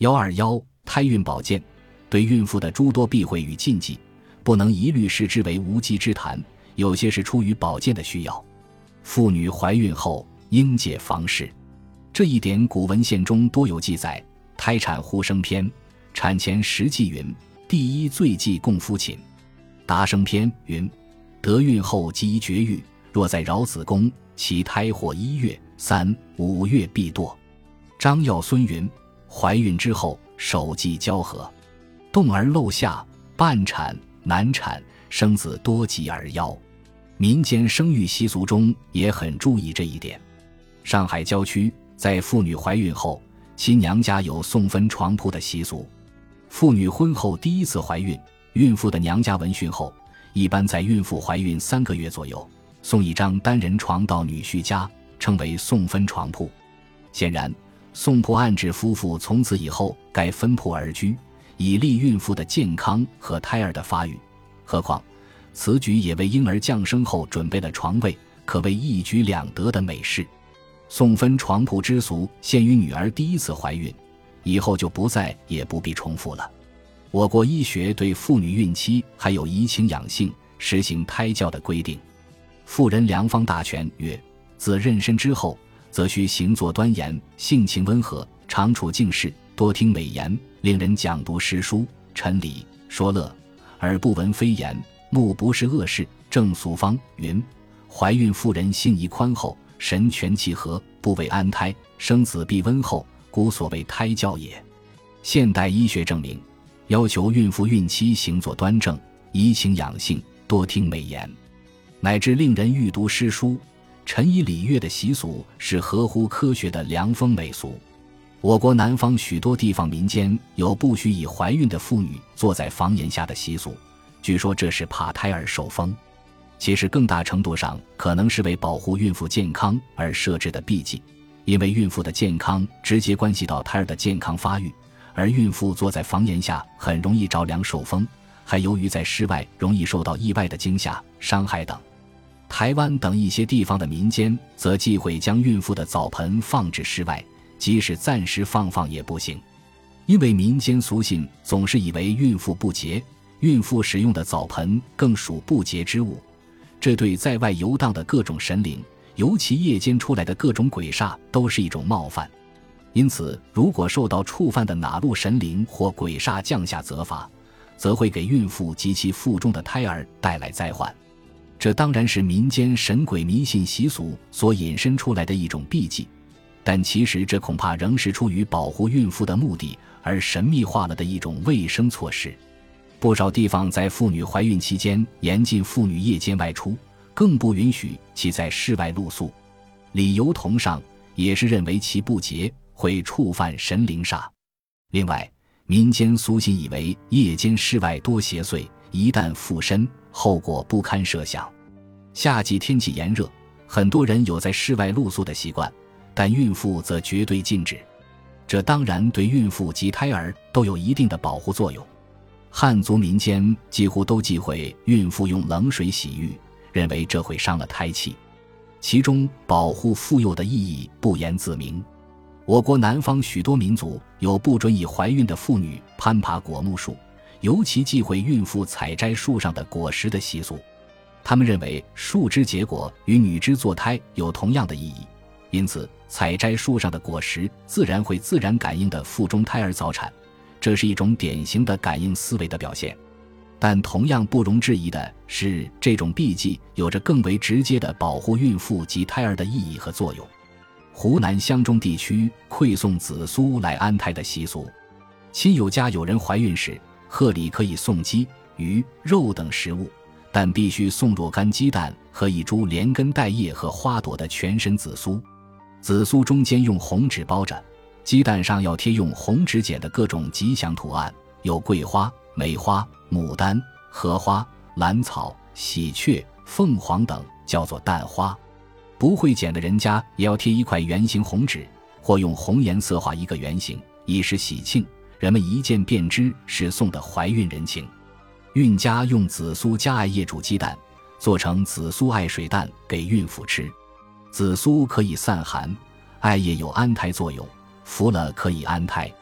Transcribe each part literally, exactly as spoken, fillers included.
一二一胎孕保健，对孕妇的诸多避讳与禁忌，不能一律视之为无稽之谈，有些是出于保健的需要。妇女怀孕后应戒房事，这一点古文献中多有记载。胎产呼声篇，产前十忌云：第一最忌供夫寝。达生篇云：得孕后即宜绝育，若在饶子宫，其胎或一月、三、五月必堕。张耀孙云：怀孕之后首忌交合，动而漏下，半产、难产，生子多疾而夭。民间生育习俗中也很注意这一点。上海郊区在妇女怀孕后，其娘家有送分床铺的习俗。妇女婚后第一次怀孕，孕妇的娘家闻讯后，一般在孕妇怀孕三个月左右，送一张单人床到女婿家，称为送分床铺。显然，送铺暗指夫妇从此以后该分铺而居，以利孕妇的健康和胎儿的发育。何况此举也为婴儿降生后准备了床位，可谓一举两得的美事。送分床铺之俗限于女儿第一次怀孕，以后就不再也不必重复了。我国医学对妇女孕期还有怡情养性、实行胎教的规定。妇人良方大全曰：自妊娠之后，则需行坐端严，性情温和，常处静室，多听美言，令人讲读诗书，陈理说乐，耳不闻非言，目不视恶事。正俗方云：怀孕妇人性宜宽厚，神全气和，不为安胎，生子必温厚，故所谓胎教也。现代医学证明，要求孕妇孕期行坐端正，怡情养性，多听美言，乃至令人欲读诗书，陈以礼乐的习俗，是合乎科学的良风美俗。我国南方许多地方民间有不许以怀孕的妇女坐在房檐下的习俗，据说这是怕胎儿受风。其实更大程度上可能是为保护孕妇健康而设置的避忌，因为孕妇的健康直接关系到胎儿的健康发育，而孕妇坐在房檐下很容易着凉受风，还由于在室外容易受到意外的惊吓、伤害等。台湾等一些地方的民间则忌讳将孕妇的澡盆放置室外，即使暂时放放也不行，因为民间俗信总是以为孕妇不洁，孕妇使用的澡盆更属不洁之物，这对在外游荡的各种神灵，尤其夜间出来的各种鬼煞，都是一种冒犯。因此，如果受到触犯的哪路神灵或鬼煞降下责罚，则会给孕妇及其腹中的胎儿带来灾患。这当然是民间神鬼迷信习俗所引申出来的一种避忌，但其实这恐怕仍是出于保护孕妇的目的而神秘化了的一种卫生措施。不少地方在妇女怀孕期间严禁妇女夜间外出，更不允许其在室外露宿，理由同上，也是认为其不洁，会触犯神灵煞。另外，民间俗信以为夜间室外多邪祟，一旦附身，后果不堪设想。夏季天气炎热，很多人有在室外露宿的习惯，但孕妇则绝对禁止。这当然对孕妇及胎儿都有一定的保护作用。汉族民间几乎都忌讳孕妇用冷水洗浴，认为这会伤了胎气，其中保护妇幼的意义不言自明。我国南方许多民族有不准以怀孕的妇女攀爬果木树，尤其忌讳孕妇采摘树上的果实的习俗。他们认为树枝结果与女枝坐胎有同样的意义，因此采摘树上的果实自然会自然感应的腹中胎儿早产，这是一种典型的感应思维的表现。但同样不容置疑的是，这种避忌有着更为直接的保护孕妇及胎儿的意义和作用。湖南湘中地区馈送紫苏来安胎的习俗，亲友家有人怀孕时，贺礼可以送鸡、鱼、肉等食物，但必须送若干鸡蛋和一株连根带叶和花朵的全身紫苏。紫苏中间用红纸包着，鸡蛋上要贴用红纸剪的各种吉祥图案，有桂花、梅花、牡丹、荷花、兰草、喜鹊、凤凰等，叫做蛋花。不会剪的人家也要贴一块圆形红纸，或用红颜色画一个圆形，以示喜庆，人们一见便知是送的怀孕人情。孕家用紫苏加艾叶煮鸡蛋，做成紫苏艾水蛋给孕妇吃。紫苏可以散寒，艾叶有安胎作用，服了可以安胎。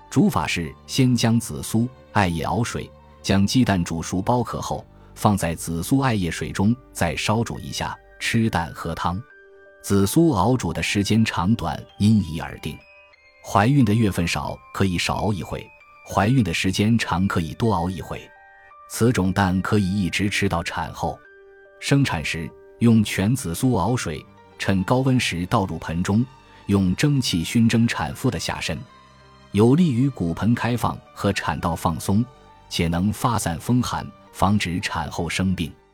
煮法是先将紫苏、艾叶熬水，将鸡蛋煮熟剥壳后，放在紫苏艾叶水中，再烧煮一下，吃蛋喝汤。紫苏熬煮的时间长短因宜而定，怀孕的月份少可以少熬一回，怀孕的时间长可以多熬一回。此种蛋可以一直吃到产后。生产时用全紫苏熬水，趁高温时倒入盆中，用蒸汽熏蒸产妇的下身，有利于骨盆开放和产道放松，且能发散风寒，防止产后生病。